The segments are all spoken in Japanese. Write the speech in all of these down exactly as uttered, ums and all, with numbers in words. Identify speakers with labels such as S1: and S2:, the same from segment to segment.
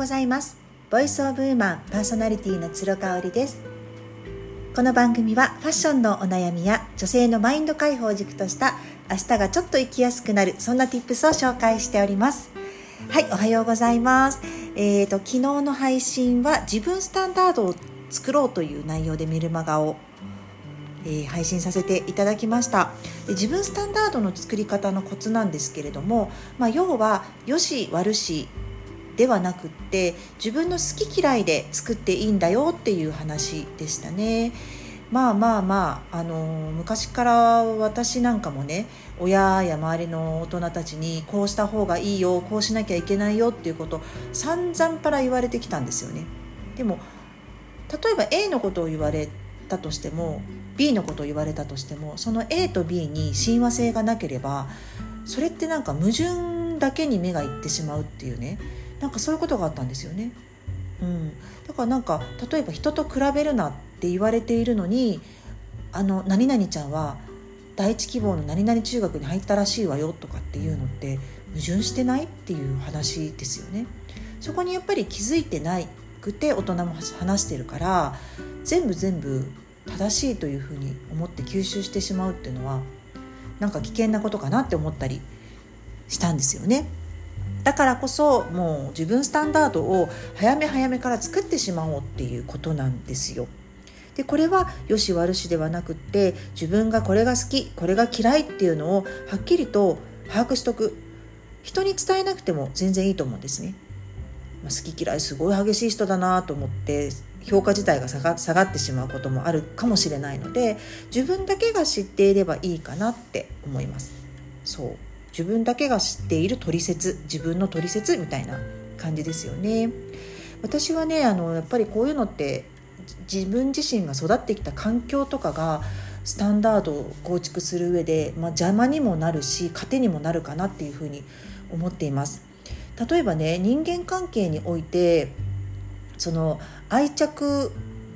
S1: ざいます。ボイスオブウーマンパーソナリティの鶴香織です。この番組はファッションのお悩みや女性のマインド解放を軸とした明日がちょっと生きやすくなる、そんな tips を紹介しております。はい、おはようございます。えーと、昨日の配信は自分スタンダードを作ろうという内容でメルマガを、えー、配信させていただきました。で、自分スタンダードの作り方のコツなんですけれども、まあ、要は良し悪しではなくって、自分の好き嫌いで作っていいんだよっていう話でしたね。まあまあまあ、あの昔から私なんかもね、親や周りの大人たちにこうした方がいいよ、こうしなきゃいけないよっていうことを散々から言われてきたんですよね。でも例えば A のことを言われたとしても B のことを言われたとしても、その A と B に親和性がなければ、それってなんか矛盾だけに目がいってしまうっていうね、なんかそういうことがあったんですよね。うん、だからなんか例えば人と比べるなって言われているのに、あの何々ちゃんは第一希望の何々中学に入ったらしいわよとかっていうのって矛盾してないっていう話ですよね。そこにやっぱり気づいてなくて大人も話してるから、全部全部正しいというふうに思って吸収してしまうっていうのはなんか危険なことかなって思ったりしたんですよね。だからこそもう自分スタンダードを早め早めから作ってしまおうっていうことなんですよ。で、これは良し悪しではなくって、自分がこれが好きこれが嫌いっていうのをはっきりと把握しとく。人に伝えなくても全然いいと思うんですね。まあ、好き嫌いすごい激しい人だなと思って評価自体が下が、下がってしまうこともあるかもしれないので、自分だけが知っていればいいかなって思います。そう自分だけが知っているトリセツ、自分のトリセツみたいな感じですよね。私はね、あのやっぱりこういうのって自分自身が育ってきた環境とかがスタンダードを構築する上で、まあ、邪魔にもなるし糧にもなるかなっていうふうに思っています。例えばね、人間関係においてその愛着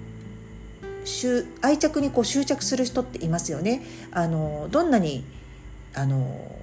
S1: 愛着にこう執着する人っていますよね。あのどんなにあの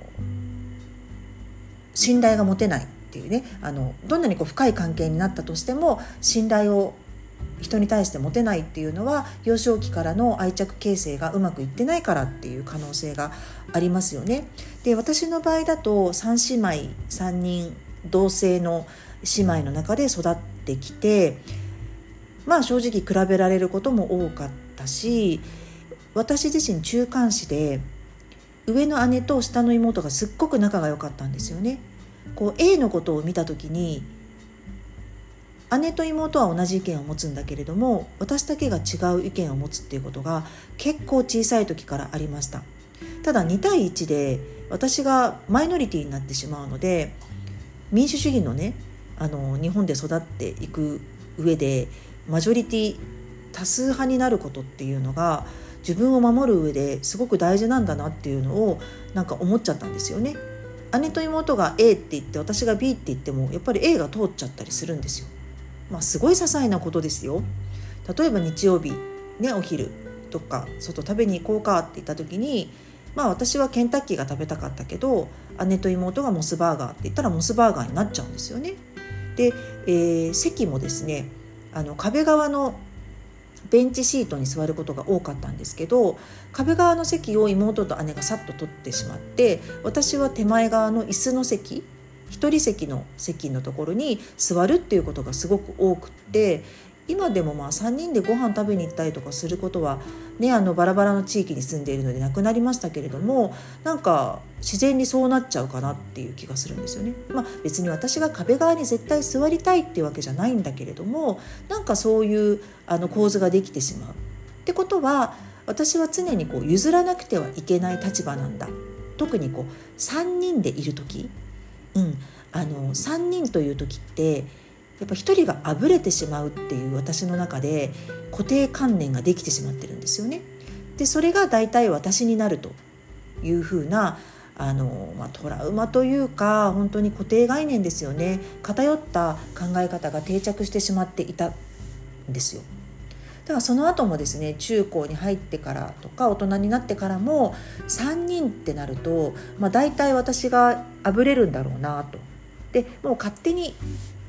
S1: 信頼が持てないっていうね、あのどんなにこう深い関係になったとしても信頼を人に対して持てないっていうのは、幼少期からの愛着形成がうまくいってないからっていう可能性がありますよね。で、私の場合だとさん姉妹さんにん同性の姉妹の中で育ってきて、まあ正直比べられることも多かったし、私自身中間子で上の姉と下の妹がすっごく仲が良かったんですよね。こう A のことを見た時に姉と妹は同じ意見を持つんだけれども、私だけが違う意見を持つっていうことが結構小さい時からありました。ただに対いちで私がマイノリティになってしまうので、民主主義のね、あの日本で育っていく上でマジョリティ多数派になることっていうのが自分を守る上ですごく大事なんだなっていうのをなんか思っちゃったんですよね。姉と妹が A って言って私が B って言ってもやっぱり A が通っちゃったりするんですよ。まあすごい些細なことですよ。例えば日曜日ね、お昼とか外食べに行こうかって言った時に、まあ私はケンタッキーが食べたかったけど姉と妹がモスバーガーって言ったらモスバーガーになっちゃうんですよね。で、えー、席もですね、あの壁側のベンチシートに座ることが多かったんですけど、壁側の席を妹と姉がさっと取ってしまって、私は手前側の椅子の席、一人席の席のところに座るっていうことがすごく多くって、今でもまあさんにんでご飯食べに行ったりとかすることはね、あのバラバラの地域に住んでいるのでなくなりましたけれども、なんか自然にそうなっちゃうかなっていう気がするんですよね。まあ別に私が壁側に絶対座りたいっていうわけじゃないんだけれども、なんかそういうあの構図ができてしまうってことは、私は常にこう譲らなくてはいけない立場なんだ。特にこうさんにんでいる時、うん、あのさんにんという時ってやっぱ一人があぶれてしまうっていう私の中で固定観念ができてしまってるんですよね。でそれが大体私になるというふうなあの、まあ、トラウマというか本当に固定概念ですよね。偏った考え方が定着してしまっていたんですよ。だからその後もですね、中高に入ってからとか大人になってからもさんにんってなると、まあ、大体私があぶれるんだろうなと。でもう勝手に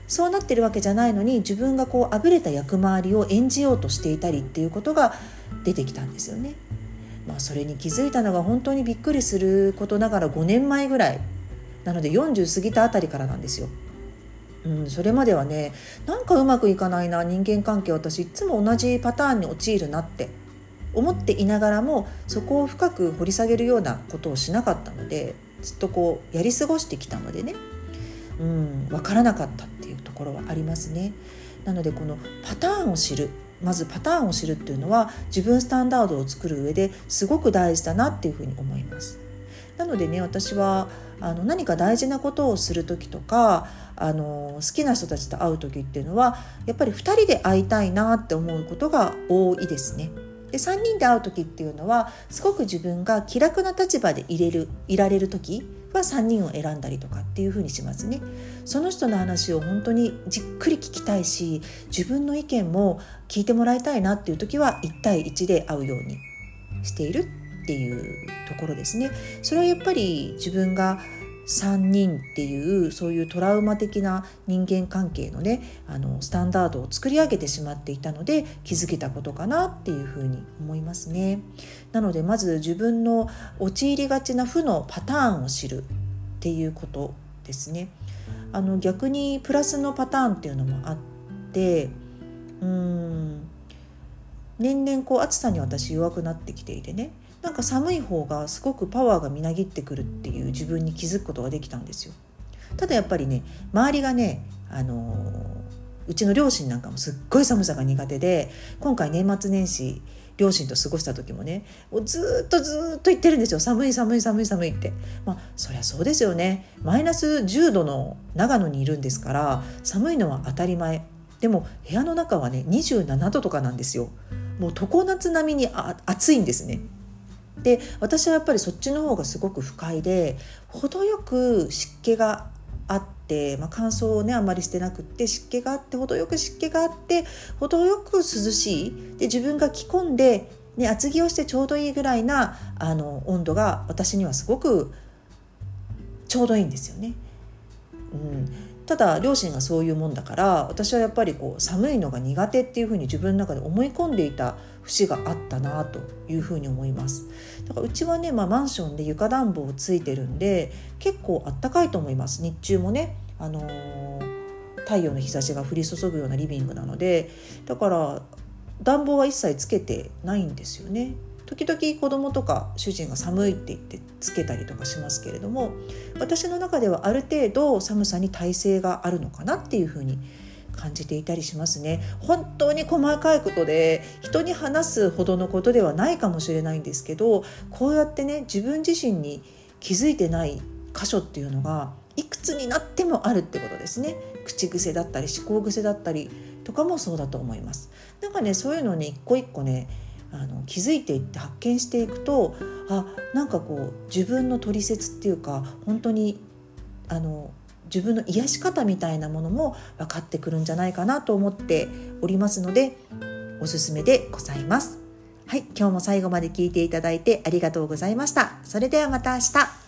S1: そうなってるわけじゃないのに自分がこうあぶれた役回りを演じようとしていたりっていうことが出てきたんですよね。まあ、それに気づいたのが本当にびっくりすることながらごねんまえぐらいなので、よんじゅう過ぎたあたりからなんですよ。うん、それまではね、なんかうまくいかないな、人間関係、私いつも同じパターンに陥るなって思っていながらも、そこを深く掘り下げるようなことをしなかったので、ずっとこうやり過ごしてきたのでね、うん、分からなかったっていうところはありますね。なのでこのパターンを知る、まずパターンを知るっていうのは自分スタンダードを作る上ですごく大事だなっていうふうに思います。なのでね、私はあの何か大事なことをする時とか、あの好きな人たちと会う時っていうのはやっぱりふたりで会いたいなって思うことが多いですね。でさんにんで会う時っていうのはすごく自分が気楽な立場でいれるいられる時はさんにんを選んだりとかっていう風にしますね。その人の話を本当にじっくり聞きたいし、自分の意見も聞いてもらいたいなっていう時はいち対いちで会うようにしているっていうところですね。それはやっぱり自分がさんにんっていうそういうトラウマ的な人間関係のね、あのスタンダードを作り上げてしまっていたので気づけたことかなっていうふうに思いますね。なのでまず自分の陥りがちな負のパターンを知るっていうことですね。あの逆にプラスのパターンっていうのもあって、うーん年々こう暑さに私弱くなってきていてね、なんか寒い方がすごくパワーがみなぎってくるっていう自分に気づくことができたんですよ。ただやっぱりね、周りがね、あのー、うちの両親なんかもすっごい寒さが苦手で、今回年末年始両親と過ごした時もね、もうずっとずっと言ってるんですよ。寒い寒い寒い寒いって。まあそりゃそうですよね。マイナスじゅうどの長野にいるんですから寒いのは当たり前。でも部屋の中はねにじゅうななどとかなんですよ。もう常夏並みにあ暑いんですね。で私はやっぱりそっちの方がすごく不快で、程よく湿気があって、まあ、乾燥をねあんまりしてなくって湿気があって程よく湿気があって程よく涼しいで、自分が着込んで、ね、厚着をしてちょうどいいぐらいなあの温度が私にはすごくちょうどいいんですよね。うん、ただ両親がそういうもんだから、私はやっぱりこう寒いのが苦手っていうふうに自分の中で思い込んでいた節があったなというふうに思います。だからうちはね、まあ、マンションで床暖房ついてるんで結構あったかいと思います。日中もね、あのー、太陽の日差しが降り注ぐようなリビングなので、だから暖房は一切つけてないんですよね。時々子供とか主人が寒いって言ってつけたりとかしますけれども、私の中ではある程度寒さに耐性があるのかなっていうふうに感じていたりしますね。本当に細かいことで人に話すほどのことではないかもしれないんですけど、こうやってね自分自身に気づいてない箇所っていうのがいくつになってもあるってことですね。口癖だったり思考癖だったりとかもそうだと思います。なんかね、そういうのね一個一個ねあの気づいていって発見していくと、あ、なんかこう自分の取説っていうか、本当にあの自分の癒し方みたいなものも分かってくるんじゃないかなと思っておりますので、おすすめでございます。はい、今日も最後まで聞いていただいてありがとうございました。それではまた明日。